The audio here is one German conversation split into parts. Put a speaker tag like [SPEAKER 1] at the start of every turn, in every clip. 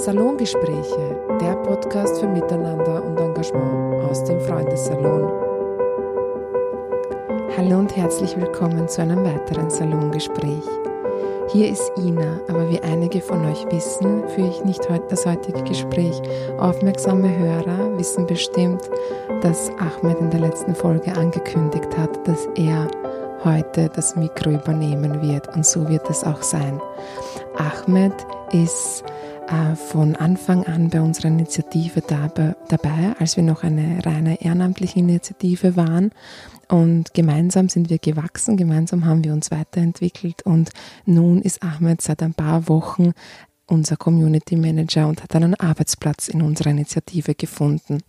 [SPEAKER 1] Salongespräche, der Podcast für Miteinander und Engagement aus dem Freundessalon. Hallo und herzlich willkommen zu einem weiteren Salongespräch. Hier ist Ina, aber wie einige von euch wissen, führe ich nicht das heutige Gespräch. Aufmerksame Hörer wissen bestimmt, dass Ahmed in der letzten Folge angekündigt hat, dass er heute das Mikro übernehmen wird, und so wird es auch sein. Ahmed ist von Anfang an bei unserer Initiative dabei, als wir noch eine reine ehrenamtliche Initiative waren, und gemeinsam sind wir gewachsen, gemeinsam haben wir uns weiterentwickelt, und nun ist Ahmed seit ein paar Wochen unser Community Manager und hat einen Arbeitsplatz in unserer Initiative gefunden.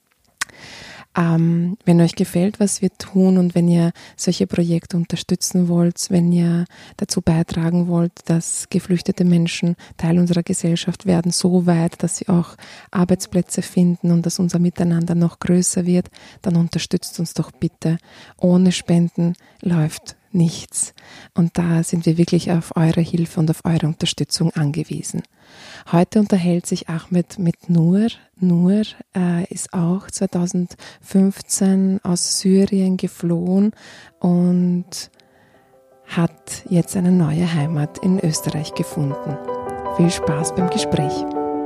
[SPEAKER 1] Wenn euch gefällt, was wir tun, und wenn ihr solche Projekte unterstützen wollt, wenn ihr dazu beitragen wollt, dass geflüchtete Menschen Teil unserer Gesellschaft werden, so weit, dass sie auch Arbeitsplätze finden und dass unser Miteinander noch größer wird, dann unterstützt uns doch bitte. Ohne Spenden läuft nichts. Und da sind wir wirklich auf eure Hilfe und auf eure Unterstützung angewiesen. Heute unterhält sich Ahmed mit Nur. Nur ist auch 2015 aus Syrien geflohen und hat jetzt eine neue Heimat in Österreich gefunden. Viel Spaß beim Gespräch.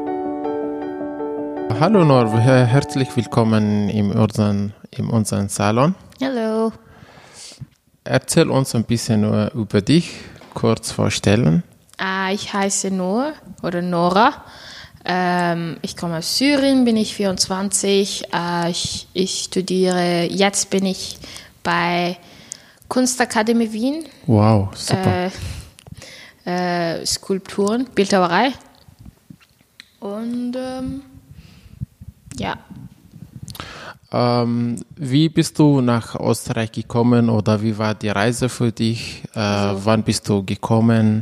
[SPEAKER 2] Hallo Nur, herzlich willkommen in unserem Salon.
[SPEAKER 3] Hallo.
[SPEAKER 2] Erzähl uns ein bisschen über dich, kurz vorstellen.
[SPEAKER 3] Ich heiße Noor oder Nora. Ich komme aus Syrien, bin ich 24. Ich studiere, jetzt bin ich bei Kunstakademie Wien.
[SPEAKER 2] Wow, super.
[SPEAKER 3] Skulpturen, Bildhauerei. Und ja.
[SPEAKER 2] Wie bist du nach Österreich gekommen oder wie war die Reise für dich? Wann bist du gekommen?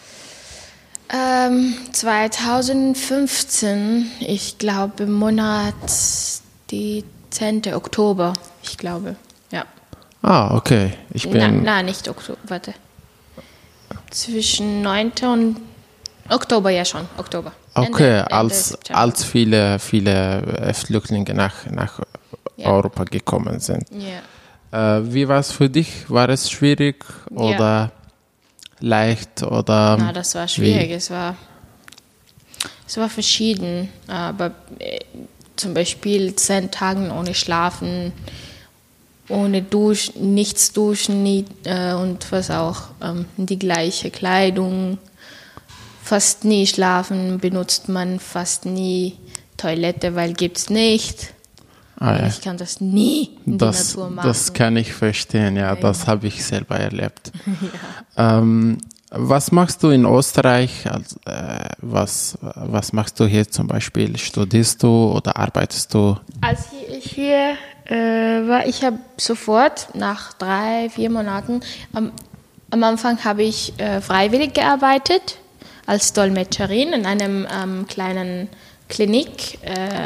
[SPEAKER 3] 2015, ich glaube im Monat die 10. Oktober, ich glaube, ja.
[SPEAKER 2] Ah, okay.
[SPEAKER 3] Nein, nicht Oktober, warte. Zwischen 9. und Oktober, ja schon, Oktober.
[SPEAKER 2] Okay,
[SPEAKER 3] Ende
[SPEAKER 2] als viele Flüchtlinge nach Europa gekommen sind.
[SPEAKER 3] Ja.
[SPEAKER 2] Wie war es für dich? War es schwierig oder leicht? Oder
[SPEAKER 3] Na, das war schwierig. Es war verschieden. Aber zum Beispiel 10 Tage ohne Schlafen, ohne Duschen, nichts duschen und was auch die gleiche Kleidung. Fast nie schlafen, benutzt man fast nie Toilette, weil gibt's nicht.
[SPEAKER 2] Ja.
[SPEAKER 3] Ich kann das nie in der Natur machen.
[SPEAKER 2] Das kann ich verstehen, ja. Das habe ich selber erlebt. Ja. Was machst du in Österreich? Was machst du hier zum Beispiel? Studierst du oder arbeitest du?
[SPEAKER 3] Als ich hier war, ich habe sofort nach 3-4 Monaten, am Anfang habe ich freiwillig gearbeitet als Dolmetscherin in einem kleinen Klinik.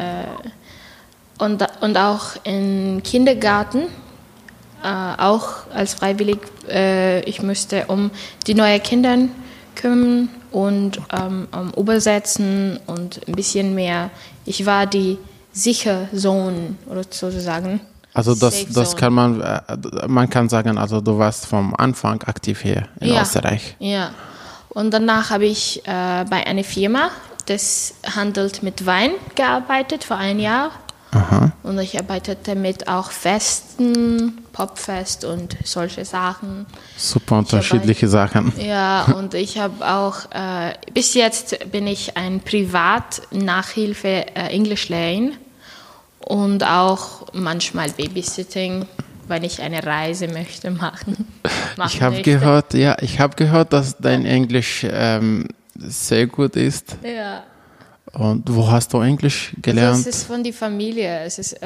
[SPEAKER 3] Und auch im Kindergarten, auch als freiwillig. Ich musste um die neuen Kinder kümmern und übersetzen und ein bisschen mehr. Ich war die Sicher-Zone, oder sozusagen.
[SPEAKER 2] Also das kann man kann sagen, also du warst vom Anfang aktiv hier in Österreich.
[SPEAKER 3] Ja, und danach habe ich bei einer Firma, das handelt mit Wein, gearbeitet für 1 Jahr. Aha. Und ich arbeitete mit auch Festen, Popfest und solche Sachen.
[SPEAKER 2] Super unterschiedliche Sachen.
[SPEAKER 3] Ja, und ich habe auch, bis jetzt bin ich ein Privat-Nachhilfe Englischlehrerin und auch manchmal Babysitting, wenn ich eine Reise machen
[SPEAKER 2] Ich habe gehört, dass dein Englisch sehr gut ist.
[SPEAKER 3] Ja.
[SPEAKER 2] Und wo hast du Englisch gelernt?
[SPEAKER 3] Das ist von der Familie. Es ist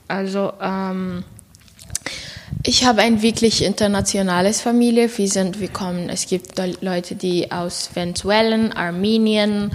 [SPEAKER 3] ich habe ein wirklich internationales Familie. Es gibt Leute, die aus Venezuela, Armenien,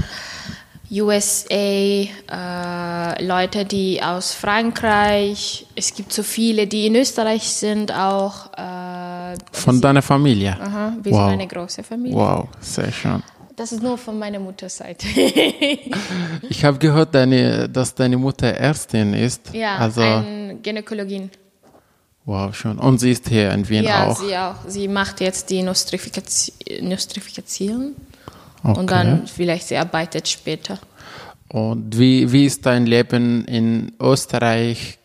[SPEAKER 3] USA, Leute, die aus Frankreich. Es gibt so viele, die in Österreich sind auch.
[SPEAKER 2] Von deiner Familie?
[SPEAKER 3] Aha, wir sind eine große Familie.
[SPEAKER 2] Wow, sehr schön.
[SPEAKER 3] Das ist nur von meiner Mutterseite.
[SPEAKER 2] Ich habe gehört, dass deine Mutter Ärztin ist.
[SPEAKER 3] Ja,
[SPEAKER 2] also,
[SPEAKER 3] eine Gynäkologin.
[SPEAKER 2] Wow, schon. Und sie ist hier in Wien auch?
[SPEAKER 3] Ja, sie auch. Sie macht jetzt die Nostrifizierung.
[SPEAKER 2] Okay.
[SPEAKER 3] Und dann vielleicht sie arbeitet später.
[SPEAKER 2] Und wie ist dein Leben in Österreich?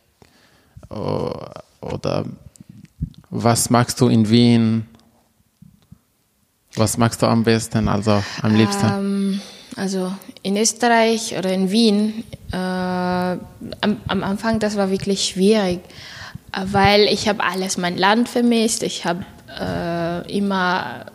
[SPEAKER 2] Oder was magst du in Wien? Was magst du am besten, also am liebsten?
[SPEAKER 3] Also in Österreich oder in Wien, am Anfang, das war wirklich schwierig, weil ich habe alles, mein Land vermisst, ich war immer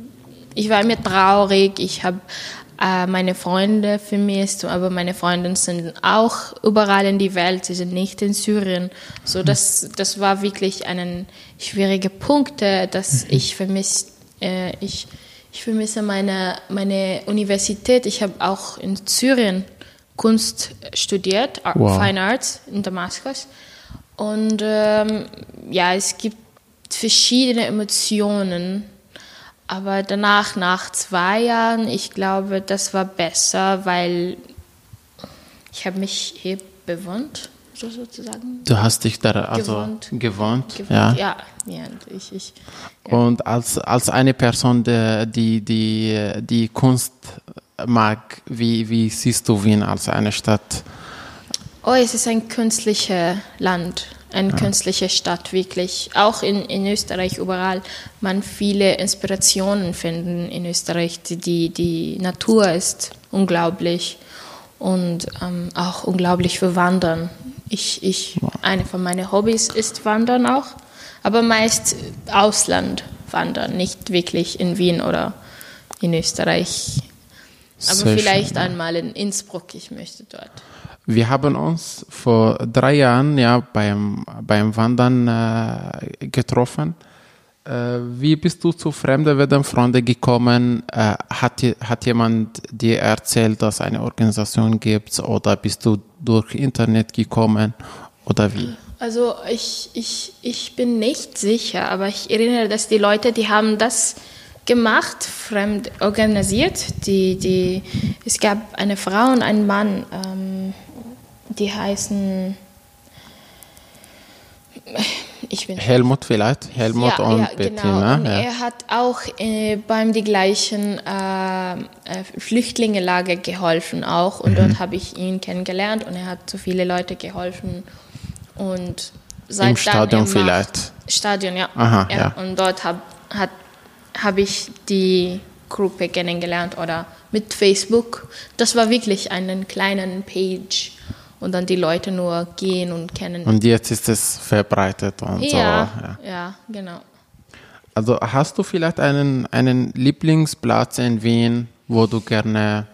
[SPEAKER 3] traurig, ich habe meine Freunde vermisst, aber meine Freunde sind auch überall in die Welt, sie sind nicht in Syrien. So, das war wirklich ein schwieriger Punkt, dass ich vermisse. Ich vermisse meine Universität. Ich habe auch in Syrien Kunst studiert,
[SPEAKER 2] wow.
[SPEAKER 3] Fine Arts in Damaskus. Und es gibt verschiedene Emotionen. Aber danach, nach 2 Jahren, ich glaube, das war besser, weil ich habe mich hier bewohnt, sozusagen.
[SPEAKER 2] Du hast dich da also gewohnt. Ja.
[SPEAKER 3] Ja, ich. Ja.
[SPEAKER 2] Und als eine Person, die Kunst mag, wie siehst du Wien als eine Stadt?
[SPEAKER 3] Oh, es ist ein künstliches Land. Eine künstliche Stadt, wirklich. Auch in Österreich, überall. Man viele Inspirationen finden in Österreich. Die Natur ist unglaublich und auch unglaublich für Wandern. Eine von meinen Hobbys ist Wandern auch, aber meist Ausland wandern, nicht wirklich in Wien oder in Österreich. Aber
[SPEAKER 2] sehr
[SPEAKER 3] vielleicht
[SPEAKER 2] schön,
[SPEAKER 3] einmal in Innsbruck, ich möchte dort.
[SPEAKER 2] Wir haben uns vor 3 Jahren beim Wandern getroffen. Wie bist du zu Fremde-Werden-Freunde gekommen? Hat jemand dir erzählt, dass es eine Organisation gibt, oder bist du durch Internet gekommen oder wie?
[SPEAKER 3] Also ich bin nicht sicher, aber ich erinnere, dass die Leute, die haben das gemacht, fremd organisiert. Es gab eine Frau und einen Mann, die heißen
[SPEAKER 2] Helmut vielleicht? Helmut und Bettina.
[SPEAKER 3] Genau. Und er hat auch beim die gleichen Flüchtlingenlager geholfen auch. Und dort habe ich ihn kennengelernt und er hat so viele Leute geholfen. Und seit
[SPEAKER 2] im Stadion vielleicht?
[SPEAKER 3] Stadion, ja.
[SPEAKER 2] Aha, ja.
[SPEAKER 3] Und dort habe ich die Gruppe kennengelernt oder mit Facebook. Das war wirklich einen kleinen Page. Und dann die Leute nur gehen und kennen.
[SPEAKER 2] Und jetzt ist es verbreitet und so.
[SPEAKER 3] Ja, genau.
[SPEAKER 2] Also hast du vielleicht einen Lieblingsplatz in Wien, wo du gerne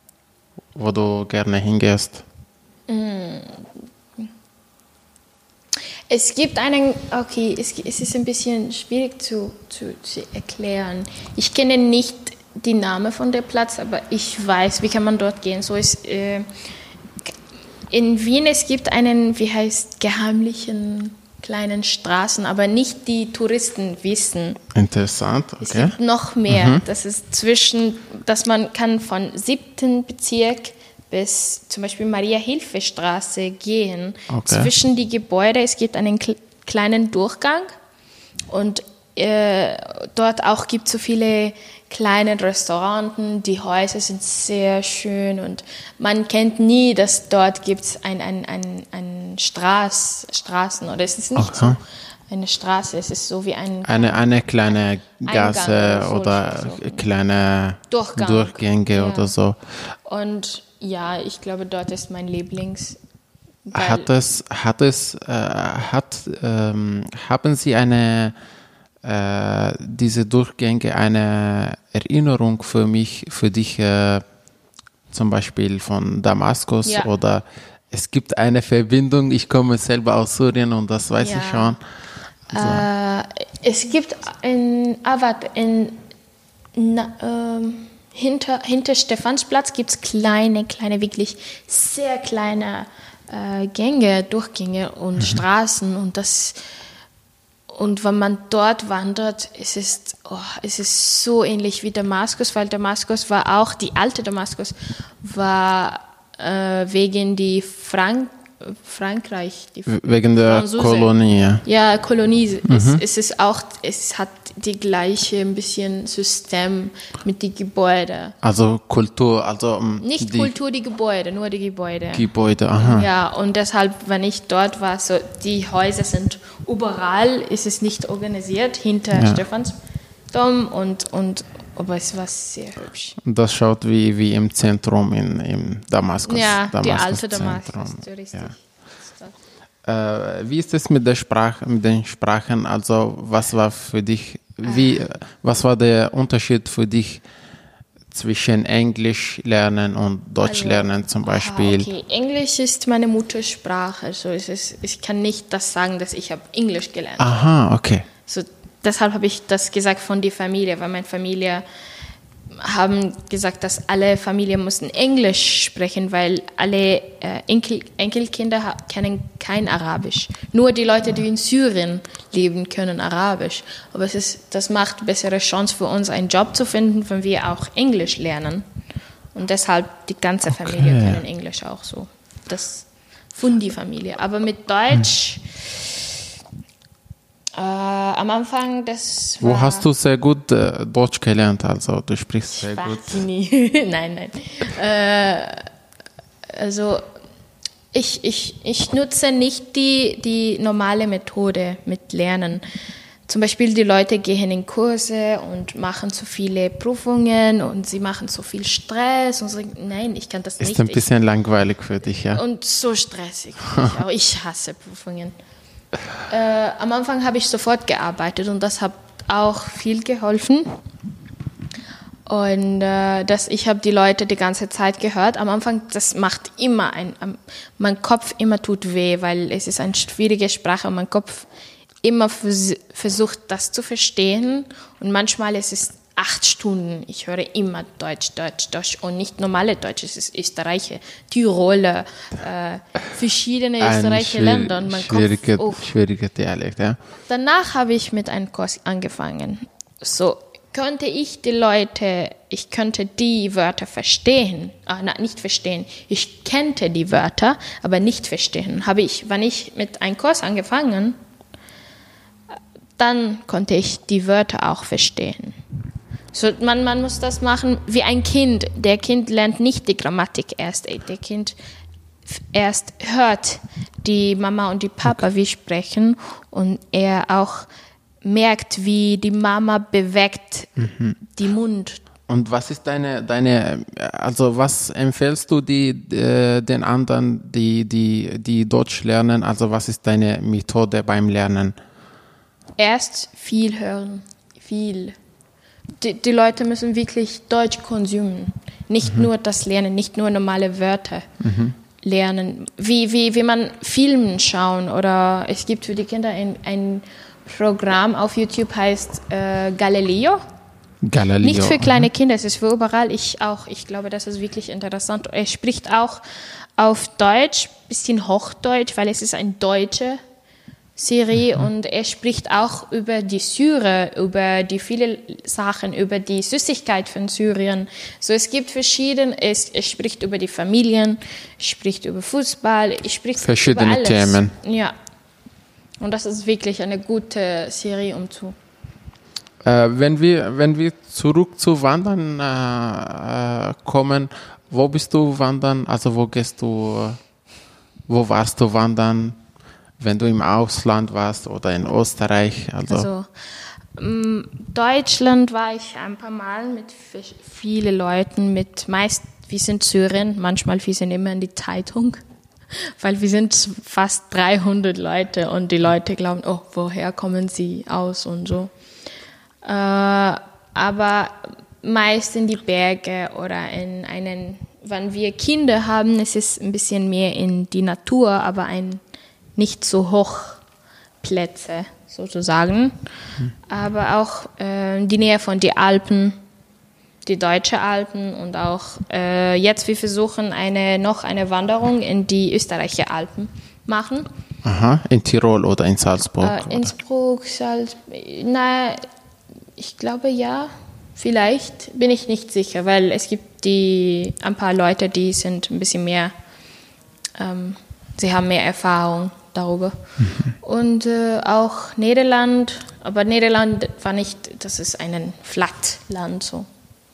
[SPEAKER 2] hingehst?
[SPEAKER 3] Es gibt es ist ein bisschen schwierig zu erklären. Ich kenne nicht die Namen von dem Platz, aber ich weiß, wie kann man dort gehen. So ist in Wien, es gibt einen, geheimlichen kleinen Straßen, aber nicht die Touristen wissen.
[SPEAKER 2] Interessant, okay.
[SPEAKER 3] Es gibt noch mehr. Das ist dass man kann von 7. Bezirk bis zum Beispiel Maria-Hilfe-Straße gehen. Okay. Zwischen die Gebäude, es gibt einen kleinen Durchgang und dort auch gibt es so viele kleine Restaurants, die Häuser sind sehr schön und man kennt nie, dass dort gibt es ein Straßen oder es ist nicht so eine Straße, es ist so wie
[SPEAKER 2] eine kleine Gasse oder kleine Durchgänge oder so.
[SPEAKER 3] Und ja, ich glaube, dort ist mein Lieblings.
[SPEAKER 2] Haben Sie diese Durchgänge eine Erinnerung für dich, zum Beispiel von Damaskus, oder es gibt eine Verbindung, ich komme selber aus Syrien und das weiß ich schon. Also.
[SPEAKER 3] Es gibt hinter Stephansplatz gibt es kleine, wirklich sehr kleine Durchgänge und Straßen Und wenn man dort wandert, es ist so ähnlich wie Damaskus, weil Damaskus war auch, die alte Damaskus war wegen die Frankreich,
[SPEAKER 2] wegen der
[SPEAKER 3] Franzose.
[SPEAKER 2] Kolonie.
[SPEAKER 3] Ja, Kolonie. Es hat die gleiche ein bisschen System mit den Gebäuden.
[SPEAKER 2] Also Kultur,
[SPEAKER 3] Nicht Kultur, die Gebäude, nur die Gebäude.
[SPEAKER 2] Gebäude, aha.
[SPEAKER 3] Ja, und deshalb, wenn ich dort war, so die Häuser sind überall, ist es nicht organisiert hinter Stephansdom aber es war sehr hübsch.
[SPEAKER 2] Das schaut wie im Zentrum in Damaskus.
[SPEAKER 3] Ja,
[SPEAKER 2] Damaskus
[SPEAKER 3] die alte
[SPEAKER 2] Zentrum.
[SPEAKER 3] Damaskus, richtig.
[SPEAKER 2] Ja. Wie ist es mit den Sprachen? Also was war für dich, was war der Unterschied für dich zwischen Englisch lernen und Deutsch lernen zum Beispiel?
[SPEAKER 3] Okay. Englisch ist meine Muttersprache, also ich kann nicht das sagen, dass ich habe Englisch gelernt.
[SPEAKER 2] Aha, okay.
[SPEAKER 3] So, deshalb habe ich das gesagt von der Familie, weil meine Familie haben gesagt, dass alle Familien mussten Englisch sprechen, weil alle Enkelkinder kennen kein Arabisch. Nur die Leute, die in Syrien leben, können Arabisch. Aber das macht bessere Chance für uns, einen Job zu finden, wenn wir auch Englisch lernen. Und deshalb die ganze Familie können Englisch auch so. Das von die Familie. Aber mit Deutsch am Anfang, das war...
[SPEAKER 2] Wo hast du sehr gut Deutsch gelernt? Also du sprichst sehr gut.
[SPEAKER 3] Nein. Also ich nutze nicht die normale Methode mit Lernen. Zum Beispiel die Leute gehen in Kurse und machen zu viele Prüfungen und sie machen so viel Stress und sagen, nein, ich kann das nicht.
[SPEAKER 2] Ist ein bisschen langweilig für dich, ja?
[SPEAKER 3] Und so stressig. Ich hasse Prüfungen. Am Anfang habe ich sofort gearbeitet und das hat auch viel geholfen. Und ich habe die Leute die ganze Zeit gehört. Am Anfang, das macht immer mein Kopf immer tut weh, weil es ist eine schwierige Sprache und mein Kopf immer versucht, das zu verstehen. Und manchmal ist es 8 Stunden. Ich höre immer Deutsch und nicht normale Deutsch. Es ist Österreicher, Tiroler, verschiedene österreichische Länder. Und mein
[SPEAKER 2] schwieriger Dialekt, ja.
[SPEAKER 3] Danach habe ich mit einem Kurs angefangen. So könnte ich könnte die Wörter verstehen. Nicht verstehen. Ich kannte die Wörter, aber nicht verstehen. Wenn ich mit einem Kurs angefangen, dann konnte ich die Wörter auch verstehen. So, man muss das machen wie ein Kind. Der Kind lernt nicht die Grammatik erst. Der Kind erst hört die Mama und die Papa wie sprechen und er auch merkt, wie die Mama bewegt die Mund.
[SPEAKER 2] Und was ist also was empfiehlst du den anderen, die Deutsch lernen? Also was ist deine Methode beim Lernen?
[SPEAKER 3] Erst viel hören, viel. Die Leute müssen wirklich Deutsch konsumieren. Nicht nur das lernen, nicht nur normale Wörter lernen. Wie man Filme schauen oder es gibt für die Kinder ein Programm auf YouTube, heißt Galileo. Nicht für kleine Kinder, es ist für überall. Ich glaube, das ist wirklich interessant. Er spricht auch auf Deutsch, bisschen Hochdeutsch, weil es ist eine deutsche Serie und er spricht auch über die Syrer, über die viele Sachen, über die Süßigkeit von Syrien. So, es gibt verschiedene, er spricht über die Familien, spricht über Fußball, er spricht
[SPEAKER 2] verschiedene
[SPEAKER 3] über alles.
[SPEAKER 2] Themen.
[SPEAKER 3] Ja. Und das ist wirklich eine gute Serie, um zu...
[SPEAKER 2] Wenn wir zurück zu Wandern kommen, wo bist du wandern? Also wo warst du wandern? Wenn du im Ausland warst oder in Österreich? Also
[SPEAKER 3] Deutschland war ich ein paar Mal mit vielen Leuten, wir sind Syrien, manchmal wir sind immer in die Zeitung, weil wir sind fast 300 Leute und die Leute glauben, oh, woher kommen sie aus und so. Aber meist in die Berge oder wenn wir Kinder haben, ist es ein bisschen mehr in die Natur, aber nicht so hoch Plätze sozusagen, aber auch die Nähe von den Alpen, die deutschen Alpen und auch jetzt wir versuchen noch eine Wanderung in die österreichische Alpen machen.
[SPEAKER 2] Aha, in Tirol oder in Salzburg?
[SPEAKER 3] Innsbruck, ich glaube ja. Vielleicht bin ich nicht sicher, weil es gibt ein paar Leute, die sind ein bisschen mehr, sie haben mehr Erfahrung darüber. Und auch Niederland, aber Niederland war nicht, das ist ein Flatland so.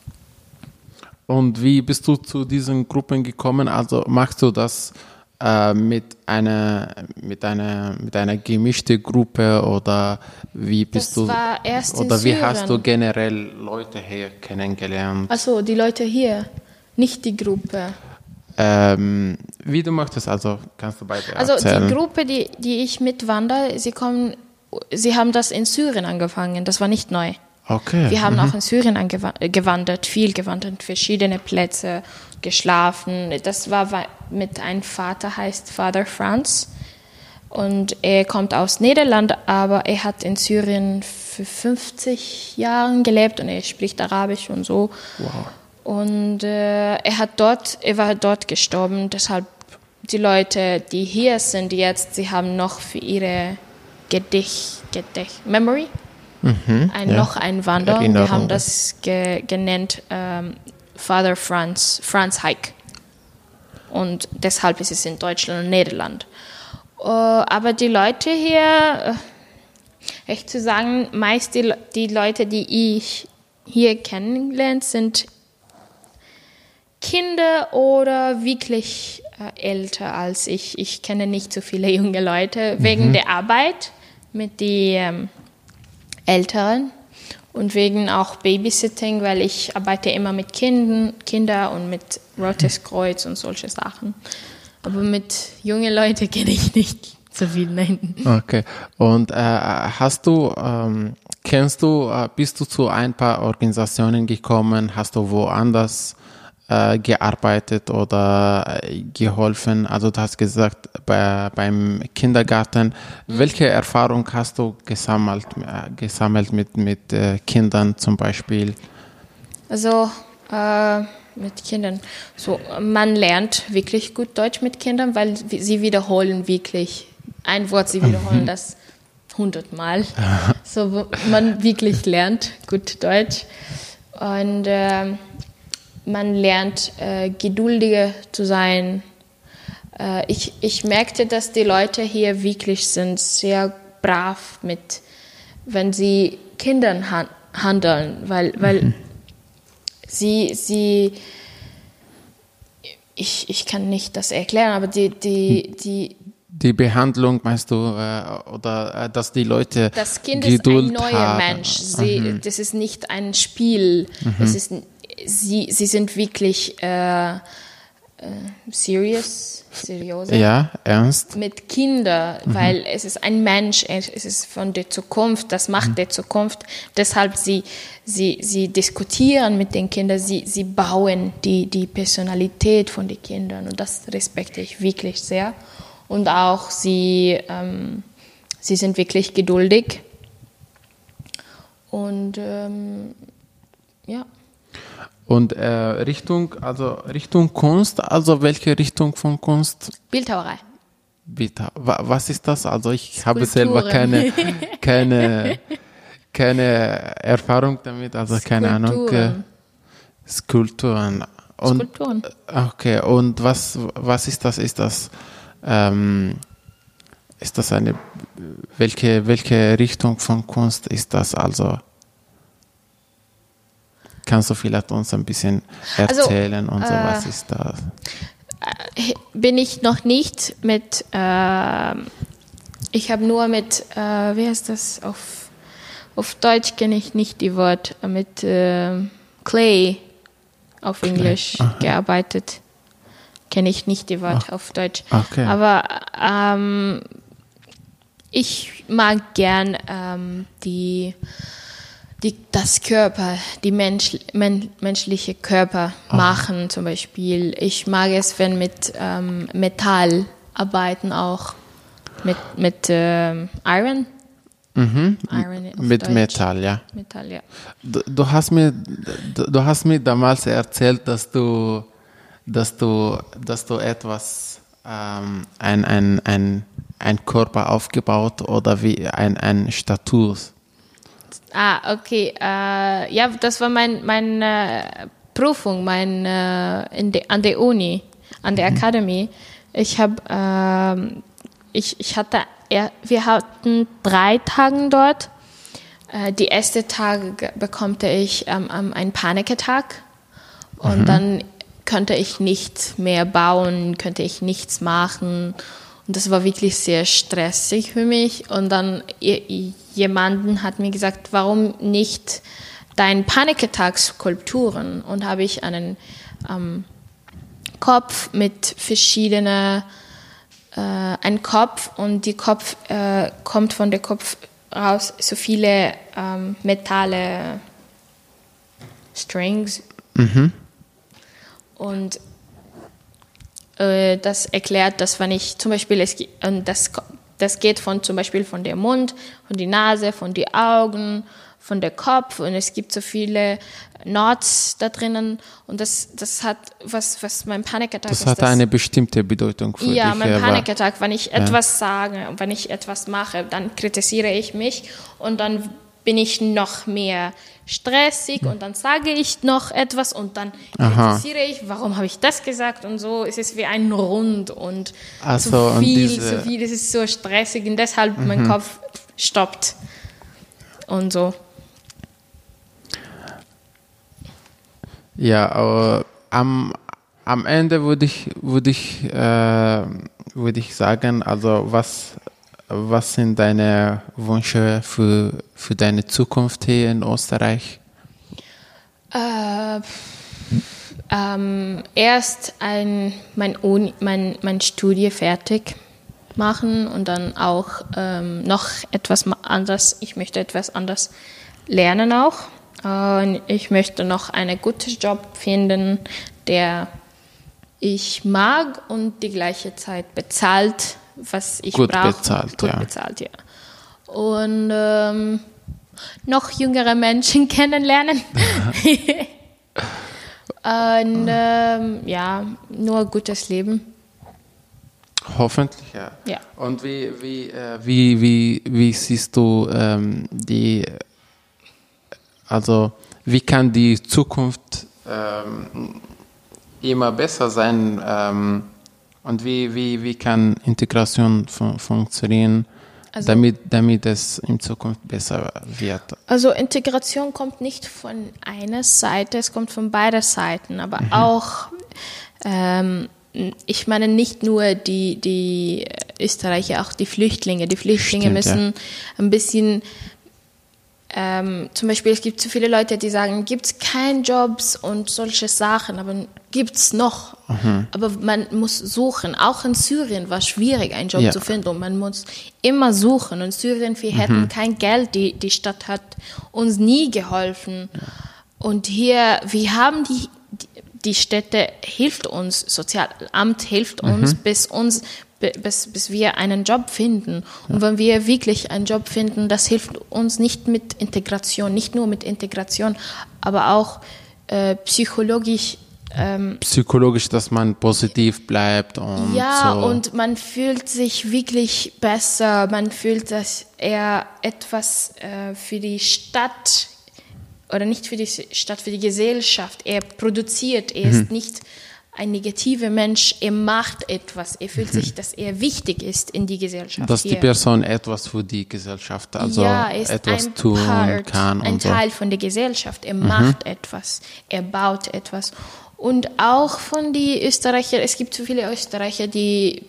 [SPEAKER 2] Und wie bist du zu diesen Gruppen gekommen? Also machst du das mit einer gemischten Gruppe oder wie bist
[SPEAKER 3] das war erst
[SPEAKER 2] oder
[SPEAKER 3] in
[SPEAKER 2] wie
[SPEAKER 3] Syrien.
[SPEAKER 2] hast du generell Leute hier kennengelernt?
[SPEAKER 3] Also die Leute hier, nicht die Gruppe.
[SPEAKER 2] Wie du möchtest, also kannst du beide erzählen.
[SPEAKER 3] Also die Gruppe, die ich mitwandere, sie haben das in Syrien angefangen, das war nicht neu.
[SPEAKER 2] Okay.
[SPEAKER 3] Wir haben auch in Syrien viel gewandert, verschiedene Plätze, geschlafen. Das war mit einem Vater, heißt Father Franz. Und er kommt aus Niederland, aber er hat in Syrien für 50 Jahre gelebt und er spricht Arabisch und so.
[SPEAKER 2] Wow.
[SPEAKER 3] Und er war dort gestorben, deshalb die Leute, die hier sind jetzt, sie haben noch für ihre Memory, noch ein Wanderer. Wir haben das genannt Father Franz Hike. Und deshalb ist es in Deutschland und Niederland. Aber die Leute hier, echt zu sagen, meist die Leute, die ich hier kennengelernt, sind Kinder oder wirklich älter als ich. Ich kenne nicht so viele junge Leute wegen der Arbeit mit den Älteren und wegen auch Babysitting, weil ich arbeite immer mit Kindern und mit Rotes Kreuz und solche Sachen. Aber mit jungen Leuten kenne ich nicht so viel, nein.
[SPEAKER 2] Okay. Und bist du zu ein paar Organisationen gekommen? Hast du woanders gearbeitet oder geholfen? Also du hast gesagt, beim Kindergarten. Welche Erfahrung hast du gesammelt mit Kindern zum Beispiel?
[SPEAKER 3] Also mit Kindern. So, man lernt wirklich gut Deutsch mit Kindern, weil sie wiederholen wirklich ein Wort, sie wiederholen das 100 Mal. So, wo man wirklich lernt gut Deutsch. Und man lernt geduldiger zu sein. Ich merkte, dass die Leute hier wirklich sind sehr brav wenn sie Kindern handeln, weil ich kann nicht das erklären, aber die
[SPEAKER 2] Behandlung meinst du, oder dass die Leute
[SPEAKER 3] das Kind
[SPEAKER 2] Geduld
[SPEAKER 3] ist ein neuer
[SPEAKER 2] haben.
[SPEAKER 3] Mensch. Das ist nicht ein Spiel. Sie sind wirklich seriös.
[SPEAKER 2] Ja, ernst.
[SPEAKER 3] Mit Kindern, weil es ist ein Mensch, es ist von der Zukunft, das macht der Zukunft. Deshalb sie diskutieren mit den Kindern, sie bauen die Personalität von den Kindern und das respektiere ich wirklich sehr. Und auch sie sind wirklich geduldig und ja.
[SPEAKER 2] Und Richtung Kunst, also welche Richtung von Kunst?
[SPEAKER 3] Bildhauerei.
[SPEAKER 2] Was ist das? Also ich habe selber keine Erfahrung damit, also keine Ahnung. Skulpturen.
[SPEAKER 3] Skulpturen.
[SPEAKER 2] Okay, und was ist das? Ist das welche Richtung von Kunst ist das also? Kannst du vielleicht uns ein bisschen erzählen und so, was ist das?
[SPEAKER 3] Bin ich noch nicht mit, ich habe nur mit, wie heißt das, auf Deutsch kenne ich nicht die Wort, mit Clay auf Englisch gearbeitet. Kenne ich nicht die Wort auf Deutsch.
[SPEAKER 2] Okay.
[SPEAKER 3] Aber ich mag gern das Körper, die menschliche Körper machen zum Beispiel. Ich mag es, wenn mit Metall arbeiten auch. Mit Iron. Iron
[SPEAKER 2] mit
[SPEAKER 3] Deutsch.
[SPEAKER 2] Metall, ja.
[SPEAKER 3] Metall, ja.
[SPEAKER 2] Du hast mir damals erzählt, dass du etwas ein ein Körper aufgebaut oder wie ein Status?
[SPEAKER 3] Okay. Ja, das war meine Prüfung an der Uni, an der Akademie. Wir hatten 3 Tage dort. Die erste Tag bekommte ich einen Panikattack und dann konnte ich nichts mehr bauen, konnte ich nichts machen und das war wirklich sehr stressig für mich und dann jemanden hat mir gesagt, warum nicht dein Panikattack-Skulpturen und habe ich einen Kopf mit verschiedenen ein Kopf und die Kopf kommt von der Kopf raus so viele Metalle Strings und das erklärt, dass wenn ich zum Beispiel das geht zum Beispiel von der Mund, von der Nase, von den Augen, von der Kopf und es gibt so viele Knots da drinnen und das hat was mein Panikattack ist.
[SPEAKER 2] Das hat eine bestimmte Bedeutung für dich.
[SPEAKER 3] Ja, mein Panikattack, wenn ich etwas sage und wenn ich etwas mache, dann kritisiere ich mich und dann bin ich noch mehr stressig und dann sage ich noch etwas und dann kritisiere ich, warum habe ich das gesagt und so ist es wie ein Rund und zu viel, es ist so stressig und deshalb mein Kopf stoppt und so.
[SPEAKER 2] Ja, aber am Ende würde ich sagen, also was sind deine Wünsche für deine Zukunft hier in Österreich?
[SPEAKER 3] Erst mein Studium fertig machen und dann auch noch etwas anderes. Ich möchte etwas anderes lernen auch. Ich möchte noch einen guten Job finden, der ich mag und die gleiche Zeit bezahlt, was ich brauche. Gut bezahlt, ja. Und noch jüngere Menschen kennenlernen. Und nur gutes Leben.
[SPEAKER 2] Hoffentlich, ja.
[SPEAKER 3] Ja.
[SPEAKER 2] Und wie siehst du wie kann die Zukunft immer besser sein und wie kann Integration funktionieren, damit es in Zukunft besser wird?
[SPEAKER 3] Also Integration kommt nicht von einer Seite, es kommt von beider Seiten, aber auch, ich meine nicht nur die Österreicher, auch die Flüchtlinge. Die Flüchtlinge müssen ein bisschen zum Beispiel, es gibt so viele Leute, die sagen, gibt es keine Jobs und solche Sachen, aber gibt es noch. Aber man muss suchen. Auch in Syrien war es schwierig, einen Job zu finden und man muss immer suchen. Und in Syrien, wir hätten kein Geld, die Stadt hat uns nie geholfen. Und hier, wir haben die Städte hilft uns, Sozialamt hilft uns, bis wir einen Job finden. Und wenn wir wirklich einen Job finden, das hilft uns nicht nur mit Integration, aber auch psychologisch.
[SPEAKER 2] Psychologisch, dass man positiv bleibt. Und
[SPEAKER 3] und man fühlt sich wirklich besser. Man fühlt, dass er etwas für die Stadt oder nicht für die Stadt, für die Gesellschaft. Er produziert, er ist nicht ein negativer Mensch, er macht etwas, er fühlt sich, dass er wichtig ist in die Gesellschaft.
[SPEAKER 2] Dass die Person etwas für die Gesellschaft, also er ist etwas tun kann.
[SPEAKER 3] Ein Teil von der Gesellschaft, er macht etwas, er baut etwas. Und auch von den Österreichern, es gibt so viele Österreicher, die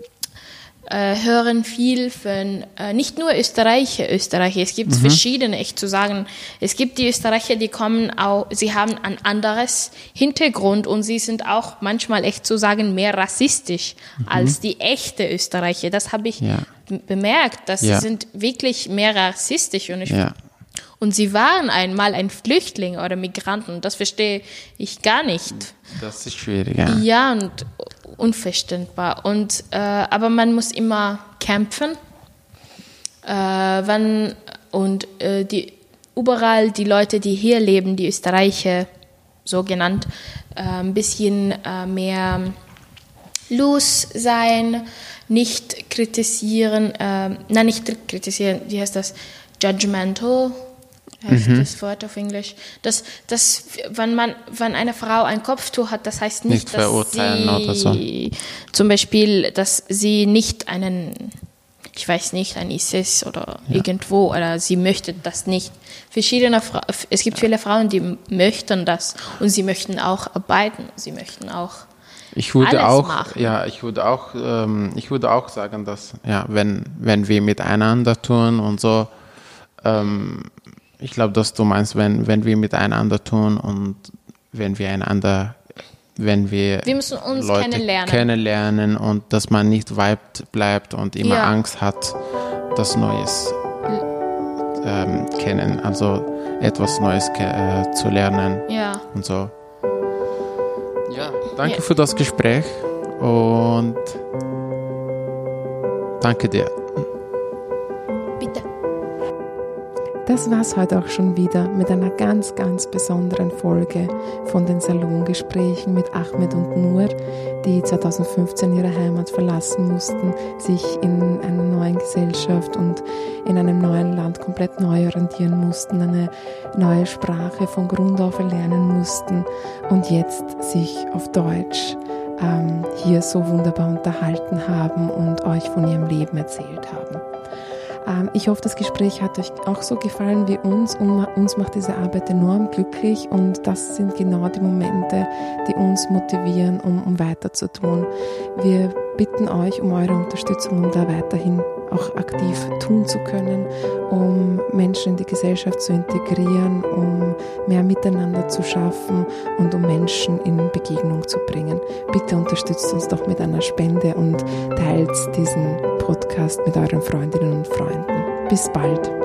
[SPEAKER 3] hören viel von, nicht nur Österreicher, es gibt verschiedene, echt zu sagen, es gibt die Österreicher, die kommen auch, sie haben ein anderes Hintergrund und sie sind auch manchmal echt zu sagen mehr rassistisch als die echte Österreicher. Das habe ich bemerkt, dass sie sind wirklich mehr rassistisch und sie waren einmal ein Flüchtling oder Migranten, das verstehe ich gar nicht.
[SPEAKER 2] Das ist schwierig,
[SPEAKER 3] Ja, und unverständbar. Und, aber man muss immer kämpfen. Überall die Leute, die hier leben, die Österreicher, so genannt, ein bisschen mehr los sein, nicht kritisieren, wie heißt das? Judgmental, heißt das Wort auf Englisch. Dass wenn eine Frau ein Kopftuch hat, das heißt nicht, dass
[SPEAKER 2] verurteilen oder so.
[SPEAKER 3] Zum Beispiel, dass sie nicht ein ISIS oder irgendwo, oder sie möchte das nicht. Es gibt viele Frauen, die möchten das und sie möchten auch arbeiten, sie möchten auch
[SPEAKER 2] ich würde auch sagen, dass wenn wir miteinander tun und so, ich glaube, dass du meinst, wenn wir miteinander tun und wenn wir
[SPEAKER 3] müssen uns
[SPEAKER 2] Leute kennenlernen und dass man nicht bleibt und immer Angst hat, das Neues kennen, also etwas Neues zu lernen und so. Ja, danke für das Gespräch und danke dir.
[SPEAKER 3] Bitte.
[SPEAKER 1] Das war's heute auch schon wieder mit einer ganz, ganz besonderen Folge von den Salongesprächen mit Ahmed und Nur, die 2015 ihre Heimat verlassen mussten, sich in einer neuen Gesellschaft und in einem neuen Land komplett neu orientieren mussten, eine neue Sprache von Grund auf erlernen mussten und jetzt sich auf Deutsch hier so wunderbar unterhalten haben und euch von ihrem Leben erzählt haben. Ich hoffe, das Gespräch hat euch auch so gefallen wie uns und uns macht diese Arbeit enorm glücklich und das sind genau die Momente, die uns motivieren, um weiterzutun. Wir bitten euch um eure Unterstützung, um da weiterhin auch aktiv tun zu können, um Menschen in die Gesellschaft zu integrieren, um mehr Miteinander zu schaffen und um Menschen in Begegnung zu bringen. Bitte unterstützt uns doch mit einer Spende und teilt diesen Podcast mit euren Freundinnen und Freunden. Bis bald.